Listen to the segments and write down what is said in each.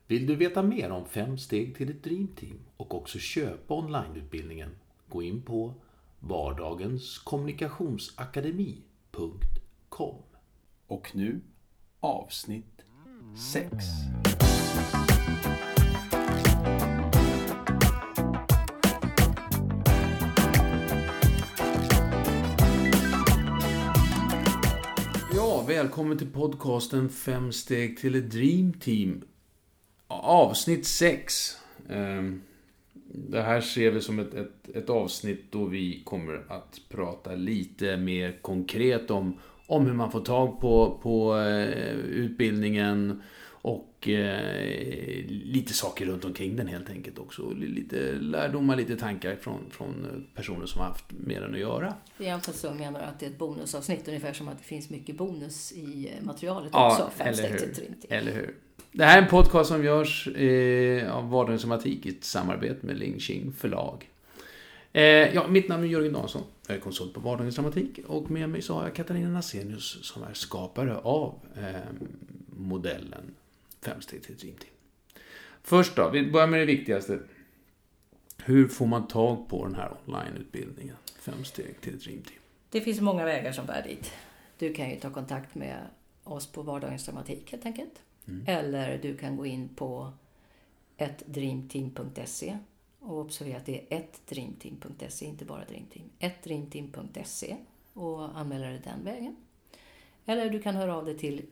Vill du veta mer om 5 steg till ett Dreamteam och också köpa onlineutbildningen? Gå in på vardagenskommunikationsakademi.com. Och nu avsnitt 6. Ja, välkommen till podcasten 5 steg till ett Dreamteam. Avsnitt 6. Det här ser vi som ett avsnitt då vi kommer att prata lite mer konkret om hur man får tag på utbildningen och lite saker runt omkring den helt enkelt också. Lite lärdomar, lite tankar från personer som har haft med den att göra. Jag så menar att det är ett bonusavsnitt, ungefär som att det finns mycket bonus i materialet ja, också. 5 steg till Dreamteam. Eller hur? Det här är en podcast som görs av Vardagens Somatik i ett samarbete med Lingqing förlag. Mitt namn är Jörgen Dansson. Jag är konsult på Vardagens Somatik och med mig så har jag Katarina Nassenius som är skapare av modellen 5 steg till Dreamteam. Först då, vi börjar med det viktigaste. Hur får man tag på den här onlineutbildningen 5 steg till Dreamteam? Det finns många vägar som bär dit. Du kan ju ta kontakt med oss på Vardagens Somatik helt enkelt. Eller du kan gå in på ettdreamteam.se och observera att det är ettdreamteam.se, inte bara Dreamteam. ettdreamteam.se och anmäla dig den vägen. Eller du kan höra av dig till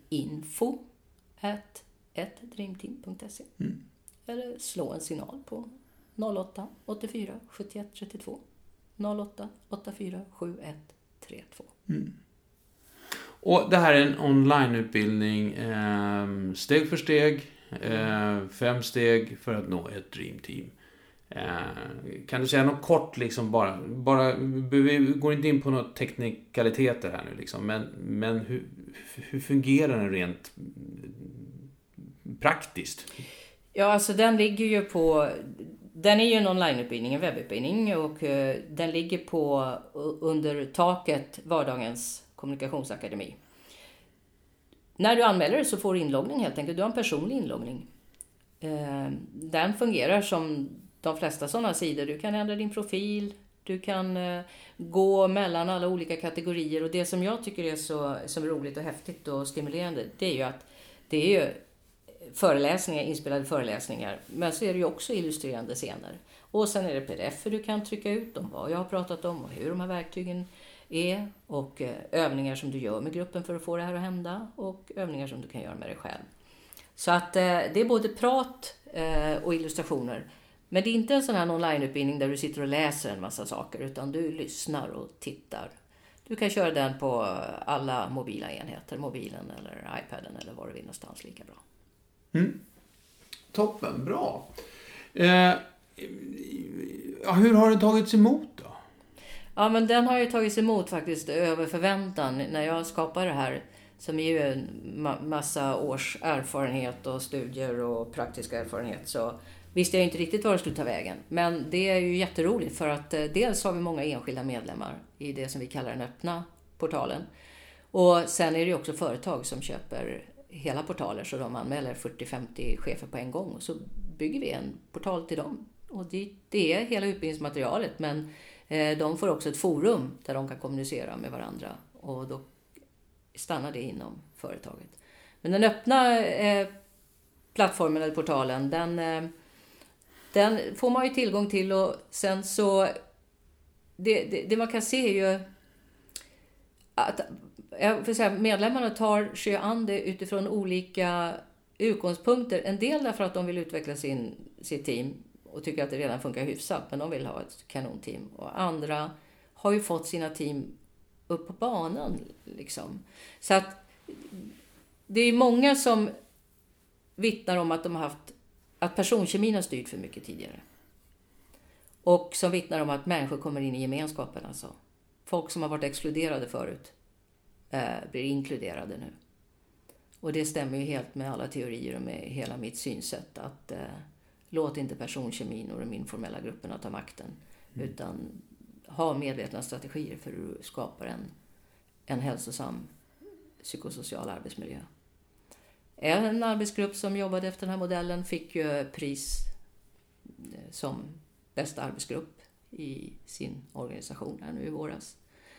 info@ettdreamteam.se eller slå en signal på 08 84 71 32 08 84 71 32. Och det här är en onlineutbildning steg för steg, 5 steg för att nå ett Dreamteam. Kan du säga något kort liksom bara vi går inte in på några teknikaliteter här nu liksom, men hur fungerar den rent praktiskt? Ja, alltså den är ju en onlineutbildning, en webbutbildning, och den ligger under taket Vardagens kommunikationsakademi. När du anmäler dig så får du inloggning helt enkelt. Du har en personlig inloggning. Den fungerar som de flesta sådana sidor. Du kan ändra din profil. Du kan gå mellan alla olika kategorier. Och det som jag tycker är så roligt och häftigt och stimulerande, det är ju att det är ju föreläsningar, inspelade föreläsningar. Men så är det ju också illustrerande scener. Och sen är det pdf du kan trycka ut om vad jag har pratat om och hur de här verktygen är, och övningar som du gör med gruppen för att få det här att hända, och övningar som du kan göra med dig själv. Så att det är både prat och illustrationer. Men det är inte en sån här onlineutbildning där du sitter och läser en massa saker, utan du lyssnar och tittar. Du kan köra den på alla mobila enheter, mobilen eller iPaden eller var du vill någonstans, lika bra. Toppen, bra. Hur har det tagits emot då? Ja, men den har ju tagits emot faktiskt över förväntan när jag skapade det här, som är ju en massa års erfarenhet och studier och praktisk erfarenhet, så visste jag inte riktigt var det skulle ta vägen. Men det är ju jätteroligt för att dels har vi många enskilda medlemmar i det som vi kallar den öppna portalen. Och sen är det ju också företag som köper hela portaler, så de anmäler 40-50 chefer på en gång. Och så bygger vi en portal till dem. Och det är hela utbildningsmaterialet, men de får också ett forum där de kan kommunicera med varandra, och då stannar det inom företaget. Men den öppna plattformen eller portalen, den får man ju tillgång till, och sen så det man kan se är ju att medlemmarna tar sig an det utifrån olika utgångspunkter. En del därför att de vill utveckla sitt team och tycker att det redan funkar hyfsat, men de vill ha ett kanonteam. Och andra har ju fått sina team upp på banan liksom. Så att det är många som vittnar om att de har haft att personkemin har styrt för mycket tidigare. Och som vittnar om att människor kommer in i gemenskapen, alltså. Folk som har varit exkluderade förut blir inkluderade nu. Och det stämmer ju helt med alla teorier och med hela mitt synsätt, att låt inte personkemin och de informella grupperna ta makten, utan ha medvetna strategier för att skapa en hälsosam psykosocial arbetsmiljö. En arbetsgrupp som jobbade efter den här modellen fick ju pris som bästa arbetsgrupp i sin organisation här nu i våras.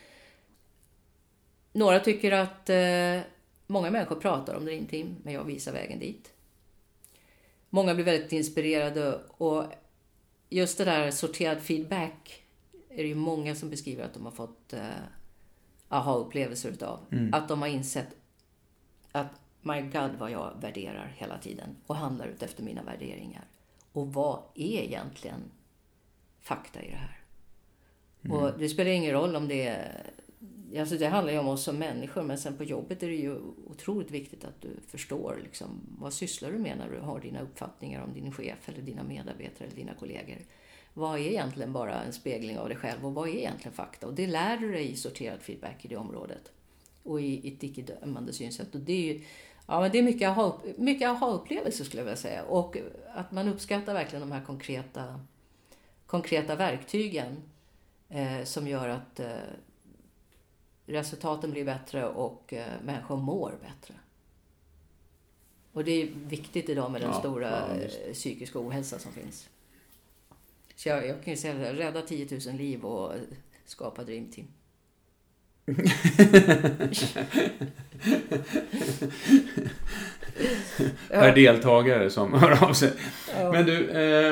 Några tycker att många människor pratar om Dream Team, men jag visar vägen dit. Många blir väldigt inspirerade, och just det där sorterad feedback är det ju många som beskriver att de har fått aha-upplevelser utav. Att de har insett att my God, vad jag värderar hela tiden och handlar ut efter mina värderingar. Och vad är egentligen fakta i det här? Och det spelar ingen roll om det är... Alltså det handlar ju om oss som människor, men sen på jobbet är det ju otroligt viktigt att du förstår liksom, vad sysslar du med när du har dina uppfattningar om din chef eller dina medarbetare eller dina kollegor. Vad är egentligen bara en spegling av dig själv och vad är egentligen fakta? Och det lär du dig i sorterad feedback i det området. Och i ett icke-dömande synsätt. Och det är ju men det är mycket aha-upplevelser skulle jag vilja säga. Och att man uppskattar verkligen de här konkreta verktygen som gör att resultaten blir bättre och människor mår bättre. Och det är viktigt idag med den stora psykiska ohälsa som finns. Så jag kan ju säga rädda 10 000 liv och skapa Dream Team. Per deltagare som hör av sig. Ja. Men du,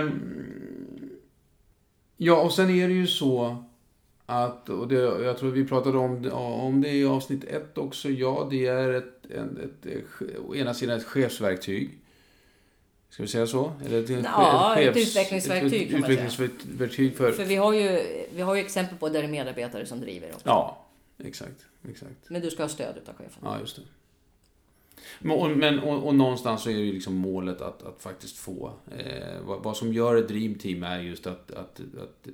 och sen är det ju så att, och jag tror vi pratade om det i avsnitt 1 också, det är å ena sidan ett chefsverktyg. Ska vi säga så? Eller ett utvecklingsverktyg kan man säga. Utvecklingsverktyg för vi har ju exempel på där det är medarbetare som driver också. Ja, exakt. Men du ska ha stöd utav chefen. Ja, just det. Men någonstans så är det ju liksom målet att faktiskt få vad som gör ett Dream Team är just att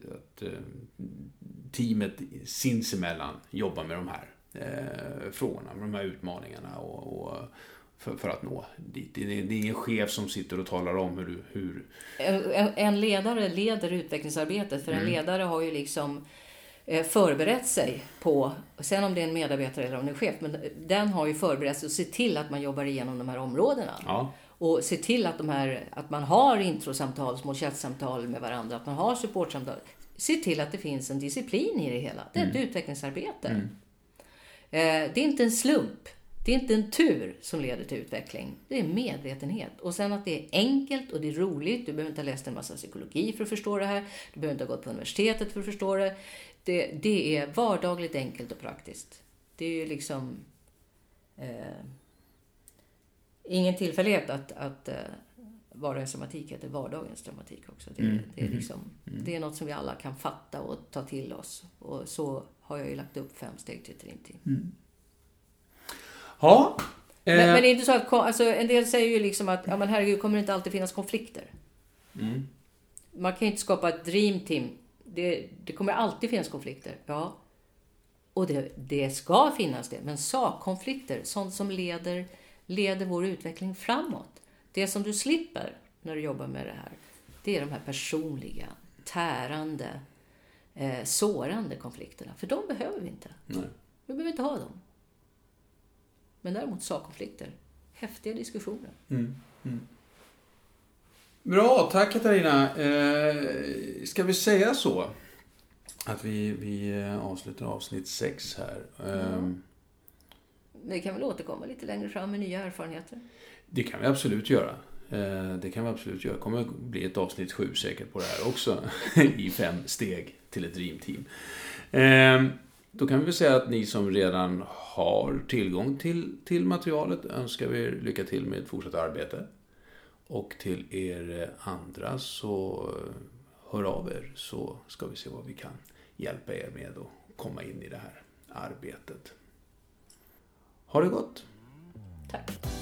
teamet sinsemellan jobbar med de här frågorna, med de här utmaningarna och för att nå dit. Det är ingen chef som sitter och talar om hur... En ledare leder utvecklingsarbetet, för en ledare har ju liksom förberett sig på, sen om det är en medarbetare eller om det är en chef, men den har ju förberett sig och se till att man jobbar igenom de här områdena. Ja. Och se till att man har introsamtal, små chattsamtal med varandra, att man har supportsamtal. Se till att det finns en disciplin i det hela. Det är ett utvecklingsarbete. Det är inte en slump. Det är inte en tur som leder till utveckling. Det är medvetenhet. Och sen att det är enkelt och det är roligt. Du behöver inte ha läst en massa psykologi för att förstå det här. Du behöver inte ha gått på universitetet för att förstå det. Det är vardagligt enkelt och praktiskt. Det är ju liksom ingen tillfällighet att vardagens dramatik heter vardagens dramatik också. Det är liksom, det är något som vi alla kan fatta och ta till oss. Och så har jag ju lagt upp 5 steg till Dream Team. Ja. Men det är inte så att, alltså, en del säger ju liksom att men herregud, kommer det inte alltid finnas konflikter. Man kan ju inte skapa ett Dream Team. Det kommer alltid finnas konflikter. Ja. Och det ska finnas det. Men sakkonflikter, sånt som leder vår utveckling framåt. Det som du slipper när du jobbar med det här, det är de här personliga, tärande, sårande konflikterna. För de behöver vi inte. Nej. Vi behöver inte ha dem. Men däremot sakkonflikter. Häftiga diskussioner. Bra, tack Katarina. Ska vi säga så? Att vi avslutar avsnitt 6 här. Vi kan väl återkomma lite längre fram med nya erfarenheter. Det kan vi absolut göra. Det kommer att bli ett avsnitt 7 säkert på det här också. I 5 steg till ett Dream Team. Då kan vi säga att ni som redan har tillgång till materialet önskar vi lycka till med ett fortsatt arbete. Och till er andra så hör av er, så ska vi se vad vi kan hjälpa er med att komma in i det här arbetet. Ha det gott! Tack!